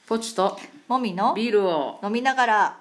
ポチともみのビールを飲みながら。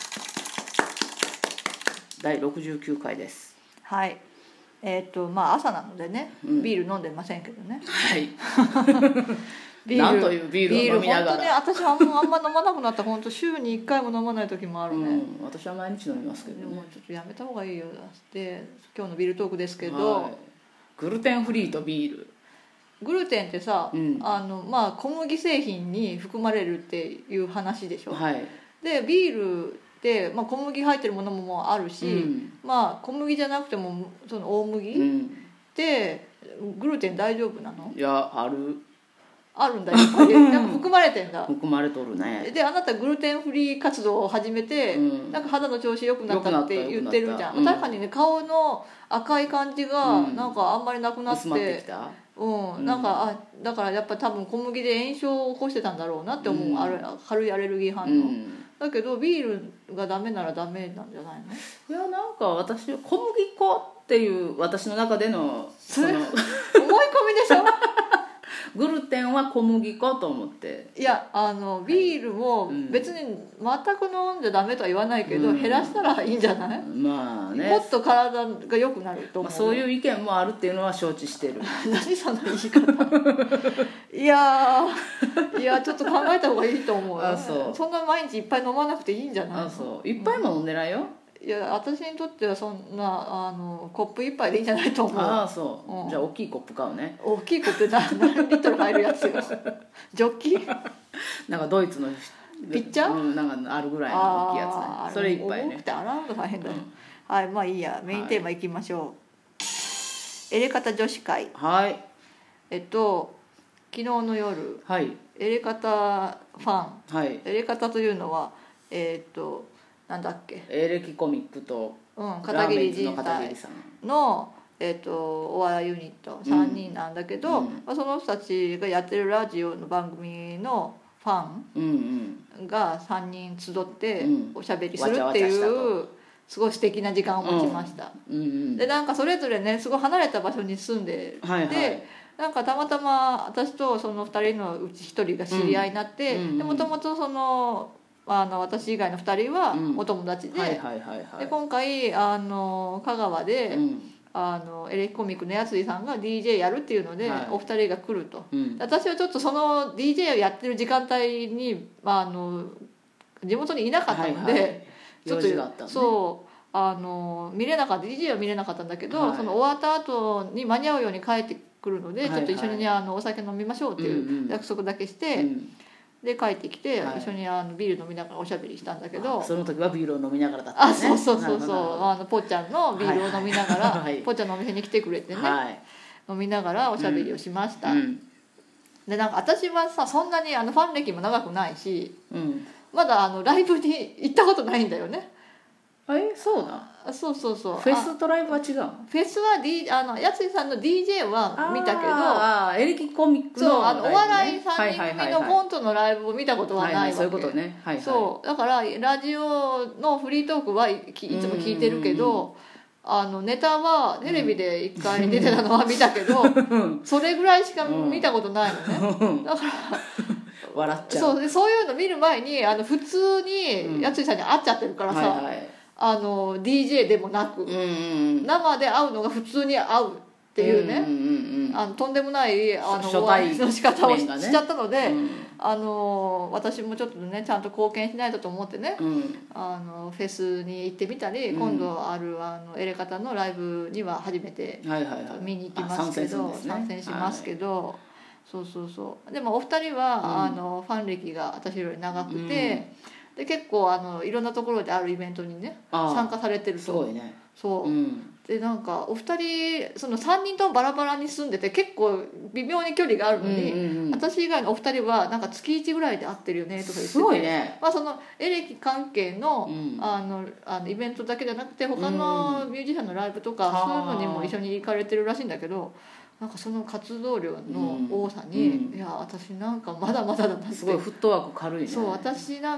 第69回です。 はい。まあ朝なのでね、ビール飲んでませんけどね。 はいビールなんというビールを飲みながら。 本当ね、私はあんま飲まなくなった。本当週に1回も飲まない時もあるね。 私は毎日飲みますけどね。 でもちょっとやめた方がいいよって今日のビールトークですけど、 はい、グルテンフリーとビール。 グルテンってさ、まあ小麦製品に含まれるっていう話でしょ。 はい。 でビールって、まあ、小麦入ってるものもあるし、まあ小麦じゃなくてもその大麦、ってグルテン大丈夫なの？ いや、あるんだよ。やっぱりなんか含まれてんだ。 含まれとるね。 であなたグルテンフリー活動を始めて、なんか肌の調子良くなったって言ってるじゃん。確かにね、顔の赤い感じがなんかあんまりなくなって、 薄まってきた。 なんかだからやっぱ多分小麦で炎症を起こしてたんだろうなって思う、軽いアレルギー反応、だけどビールがダメならダメなんじゃないの？ いや、なんか私小麦粉っていう私の中でのその思い込みでしょグルテンは小麦粉と思って。 いやビールも別に全く飲んじゃダメとは言わないけど、減らしたらいいんじゃない？ まあね、 もっと体が良くなると思う、 そういう意見もあるっていうのは承知してる何その言い方いやちょっと考えた方がいいと思うよ。そんな毎日いっぱい飲まなくていいんじゃない？ そういっぱいも飲んでないよ。 いや私にとってはそんなコップ一杯でいいんじゃないと思う。 そう、じゃあ大きいコップ買うね。 大きいコップ何リットル入るやつよジョッキなんかドイツのピッチャー、 なんかあるぐらいの大きいやつね。それ一杯ね。 重くて洗うの大変だよ、はいまあいいや、メインテーマいきましょう、エレカタ女子会。 はい。 昨日の夜、エレカタファン、エレカタというのはなんだっけ、 エレキコミックと片桐仁さんの、お笑いユニット3人なんだけど、その人たちがやってるラジオの番組のファンが3人集っておしゃべりするっていうすごい素敵な時間を持ちました。でなんかそれぞれねすごい離れた場所に住んでて、なんかたまたま私とその2人のうち1人が知り合いになって、もともとその私以外の2人はお友達で、で今回香川で、エレキコミックのやついさんが DJ やるっていうので、お二人が来ると、私はちょっとその DJ をやってる時間帯に、地元にいなかったので、ちょっとそう見れなかった DJ は見れなかったんだけど、その終わった後に間に合うように帰ってくるので、ちょっと一緒にお酒飲みましょうっていう約束だけして、で帰ってきて一緒にビール飲みながらおしゃべりしたんだけど、 その時はビールを飲みながらだったね。 そうぽっちゃんのビールを飲みながら、ぽっちゃんのお店に来てくれてね、飲みながらおしゃべりをしました、でなんか私はさそんなにファン歴も長くないし、まだライブに行ったことないんだよね。 そうな。 そうフェスとライブは違う。 フェスは、やついさんの DJ は見たけど、 エレキコミックのライブ、ね、 お笑い3人組のコントのライブを見たことはないわけ、 そういうことね、 そうだからラジオのフリートークはいつも聞いてるけど、ネタはテレビで1回出てたのは見たけど、それぐらいしか見たことないのね、だから笑っちゃう。 そういうの見る前に普通にやついさんに会っちゃってるからさ、DJ でもなく、生で会うのが普通に会うっていうね、とんでもないお会いの仕方をしちゃったので、私もちょっとねちゃんと貢献しないとと思ってね、フェスに行ってみたり、今度あるエレカタのライブには初めて見に行きますけど、参戦しますけど、そうでもお二人は、ファン歴が私より長くて、で結構いろんなところであるイベントにね参加されてると。 すごいね。 でなんかお二人その3人ともバラバラに住んでて結構微妙に距離があるのに、私以外のお二人はなんか月1ぐらいで会ってるよねとか言ってて、 すごいね。 そのエレキ関係の、イベントだけじゃなくて他のミュージシャンのライブとか、そういうのにも一緒に行かれてるらしいんだけど、なんかその活動量の多さに、いや私なんかまだまだだなって。 すごいフットワーク軽いね。 そう私なんか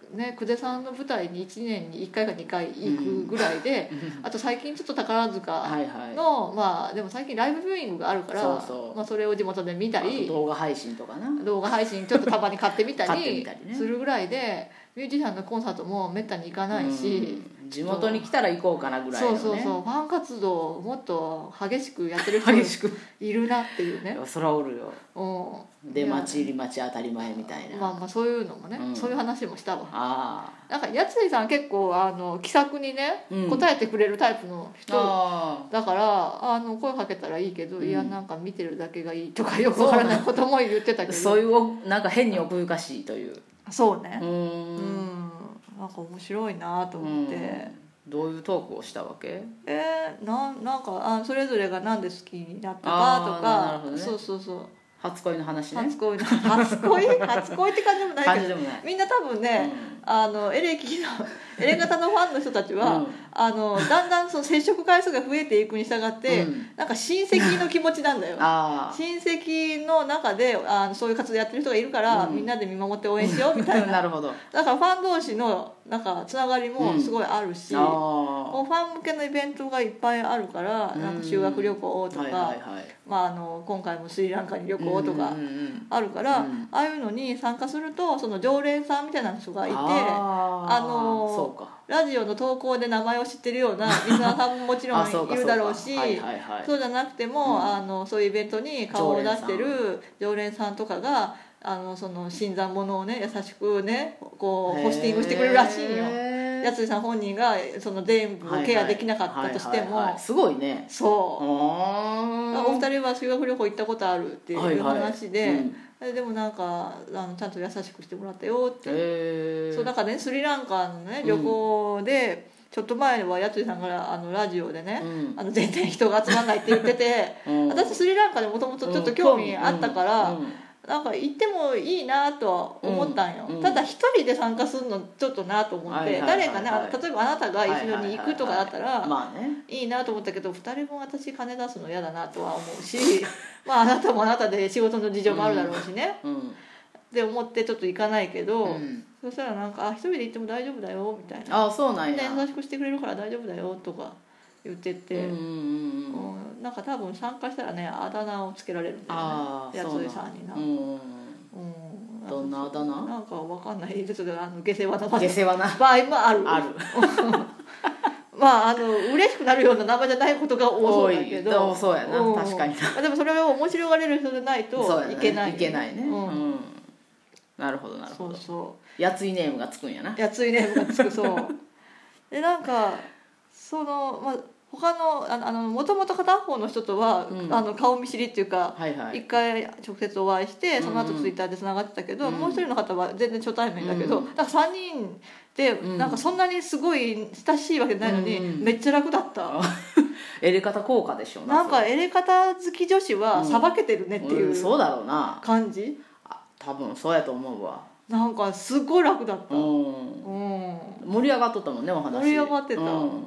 ね久世さんの舞台に1年に1回か2回行くぐらいで、あと最近ちょっと宝塚の、まあでも最近ライブビューイングがあるから、まあ、それを地元で見たり、 動画配信とかな、 動画配信ちょっとたまに買ってみたりするぐらいで、ミュージシャンのコンサートもめったに行かないし、 地元に来たら行こうかなぐらいのね。 そうファン活動をもっと激しくやってる人いるなっていうね。 そらおるよ。出待ち入り待ち当たり前みたいな。 まあそういうのもね、そういう話もしたわ。なんかやついさん結構気さくにね、答えてくれるタイプの人だから声かけたらいいけど、いやなんか見てるだけがいいとかよくわからないことも言ってたけど、 そういうなんか変に奥ゆかしいという。 そうね。なんか面白いなと思って。 どういうトークをしたわけ？ なんかそれぞれがなんで好きになったかとか、ね、そう初恋の話ね。 初恋って感じでもないけど、みんな多分ね、エレガタのファンの人たちは、だんだんその接触回数が増えていくに従って、なんか親戚の気持ちなんだよ。親戚の中でそういう活動やってる人がいるから、みんなで見守って応援しようみたいな。 なるほど。 だからファン同士のなんかつながりもすごいあるし、もうファン向けのイベントがいっぱいあるから、なんか修学旅行とか、今回もスリランカに旅行とかあるから、ああいうのに参加するとその常連さんみたいな人がいて、ラジオの投稿で名前を知ってるようなリスナーさんももちろんいるだろうし、そうじゃなくても、そういうイベントに顔を出してる常連さんとかがその新参者をね優しくねこうホスティングしてくれるらしいよ。やついさん本人がその全部ケアできなかったとしても、 すごいね。 そうお二人は修学旅行行ったことあるっていう話で、でもなんかちゃんと優しくしてもらったよって、そうだからねスリランカのね旅行で、ちょっと前はやついさんがラジオでね、全然人が集まらないって言ってて、私スリランカでもともとちょっと興味あったから、なんか行ってもいいなとは思ったんよ、ただ一人で参加するのちょっとなと思って、誰かね例えばあなたが一緒に行くとかだったらいいなと思ったけど、2人分私金出すの嫌だなとは思うしあなたもあなたで仕事の事情もあるだろうしね、って思ってちょっと行かないけど、そしたらなんか一人で行っても大丈夫だよみたいな、 そうなんや、 みんな優しくしてくれるから大丈夫だよとか言ってて、なんか多分参加したらねあだ名をつけられるんだよね、やついさんにな。 どんなあだ名？ なんかわかんない、ちょっと下世話な場合もある嬉しくなるような名前じゃないことが多そうだけど、 そうやな、確かにでもそれを面白がれる人でないといけない、 いけないね。なるほどなるほど。やついネームがつくんやな。 やついネームがつく。そうでなんかその他のもともと片方の人とは、顔見知りっていうか、一回直接お会いしてその後ツイッターでつながってたけど、もう一人の方は全然初対面だけど、だから3人でなんかそんなにすごい親しいわけないのに、めっちゃ楽だったエレカタ効果でしょうなんかエレカタ好き女子はさばけてるねっていうそうだろうな感じ、 多分そうやと思うわ。 なんかすごい楽だった、 盛り上がっとったもんねお話。 盛り上がってた、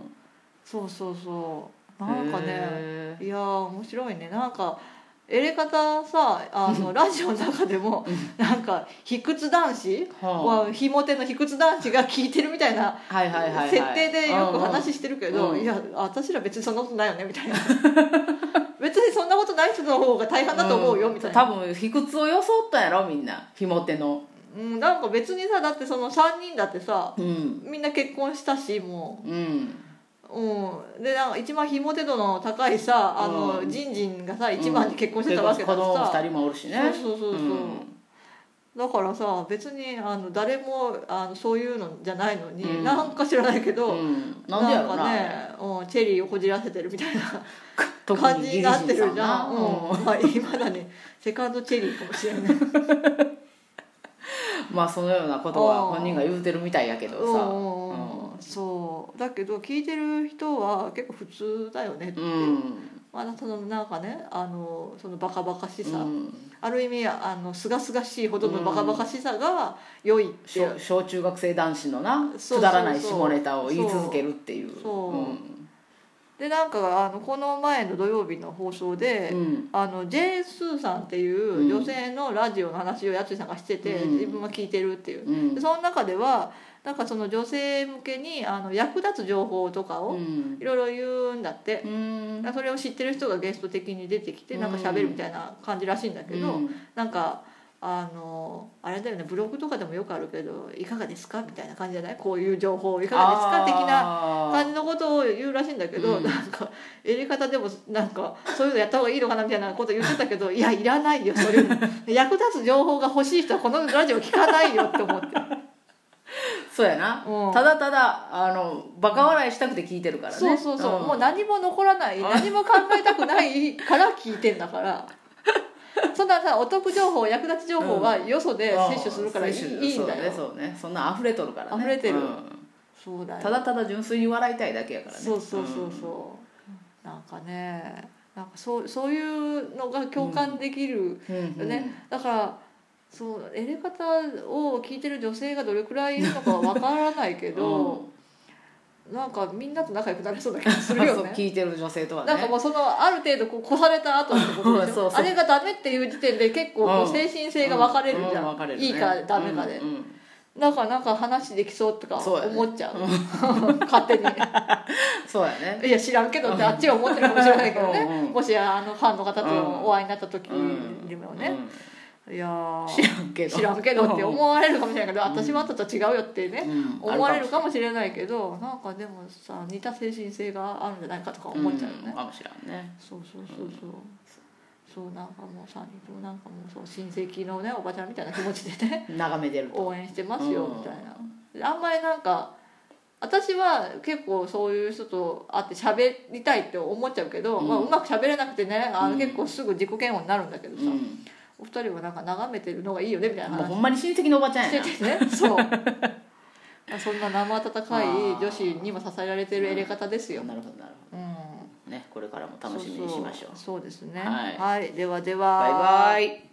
そうなんかね、いや面白いね。なんかエレカタさラジオの中でもなんか卑屈男子はひも手の卑屈男子が聞いてるみたいな設定でよく話してるけど、いや私ら別にそんなことないよねみたいな別にそんなことない人の方が大半だと思うよみたいな、 多分卑屈を装ったんやろみんなひも手の。 なんか別にさだってその3人だってさ、みんな結婚したしもう、でなんか一番ひも手度の高いさジンジンがさ一番に結婚してたわけだからさ、 子供2人もおるしね。 そうだからさ別に誰もそういうのじゃないのに、なんか知らないけど、 なんでやろな、 チェリーをこじらせてるみたいな感じになってるじゃん。今だねセカンドチェリーかもしれないそのようなことは本人が言うてるみたいやけどさ、 そうだけど聞いてる人は結構普通だよねって、そのなんかねそのバカバカしさ、ある意味すがすがしいほどのバカバカしさが良いって、 小中学生男子のなくだらない下ネタを言い続けるっていう、 でなんかこの前の土曜日の放送で、ジェーン・スーさんっていう女性のラジオの話をやついさんがしてて、自分は聞いてるっていう、でその中ではなんかその女性向けに役立つ情報とかをいろいろ言うんだって、それを知ってる人がゲスト的に出てきてなんか喋るみたいな感じらしいんだけど、なんかあれだよね、ブログとかでもよくあるけどいかがですかみたいな感じじゃない、こういう情報いかがですか的な感じのことを言うらしいんだけど、なんかやり方でもなんかそういうのやった方がいいのかなみたいなこと言ってたけどいやいらないよ、それ役立つ情報が欲しい人はこのラジオ聞かないよって思って。 そうやな、ただただバカ笑いしたくて聞いてるからね。 そうそうそう、もう何も残らない、何も考えたくないから聞いてんだからそんなさお得情報役立ち情報はよそで摂取するからいいんだよ。 そうね、そんな溢れとるからね。 溢れてる、そうだよ。 ただただ純粋に笑いたいだけやからね。 そうそうそうそう、なんかね、なんかそういうのが共感できるよね、だからそうエレ方を聞いてる女性がどれくらいいるのかは分からないけど、なんかみんなと仲良くなれそうな気がするよね聞いてる女性とはね。 なんかもうある程度越された後ってことでしょあれがダメっていう時点で結構精神性が分かれるじゃん、いいかダメかで、だからなんか話できそうとか思っちゃう、勝手にそうやね。 いや知らんけどってあっちは思ってるかもしれないけどね、もしファンの方とお会いになった時にもね、いや知らんけどって思われるかもしれないけど、私はあんたと違うよってね、思われるかもしれないけど、なんかでもさ似た精神性があるんじゃないかとか思っちゃうよね、 かもしれんね。 そうそうなんかもう3人ともなんかもうそう親戚のねおばちゃんみたいな気持ちでね眺めてる応援してますよみたいな、あんまりなんか私は結構そういう人と会って喋りたいって思っちゃうけど、うまく喋れなくてね結構すぐ自己嫌悪になるんだけどさ、お二人はなんか眺めてるのがいいよねみたいな話ほんまに親戚のおばちゃんやなしててねそうそんな生温かい女子にも支えられてるエレ方ですよ。 なるほどなるほど、ね、これからも楽しみにしましょう。 そうですね、 はい、 はい、ではではバイバイ。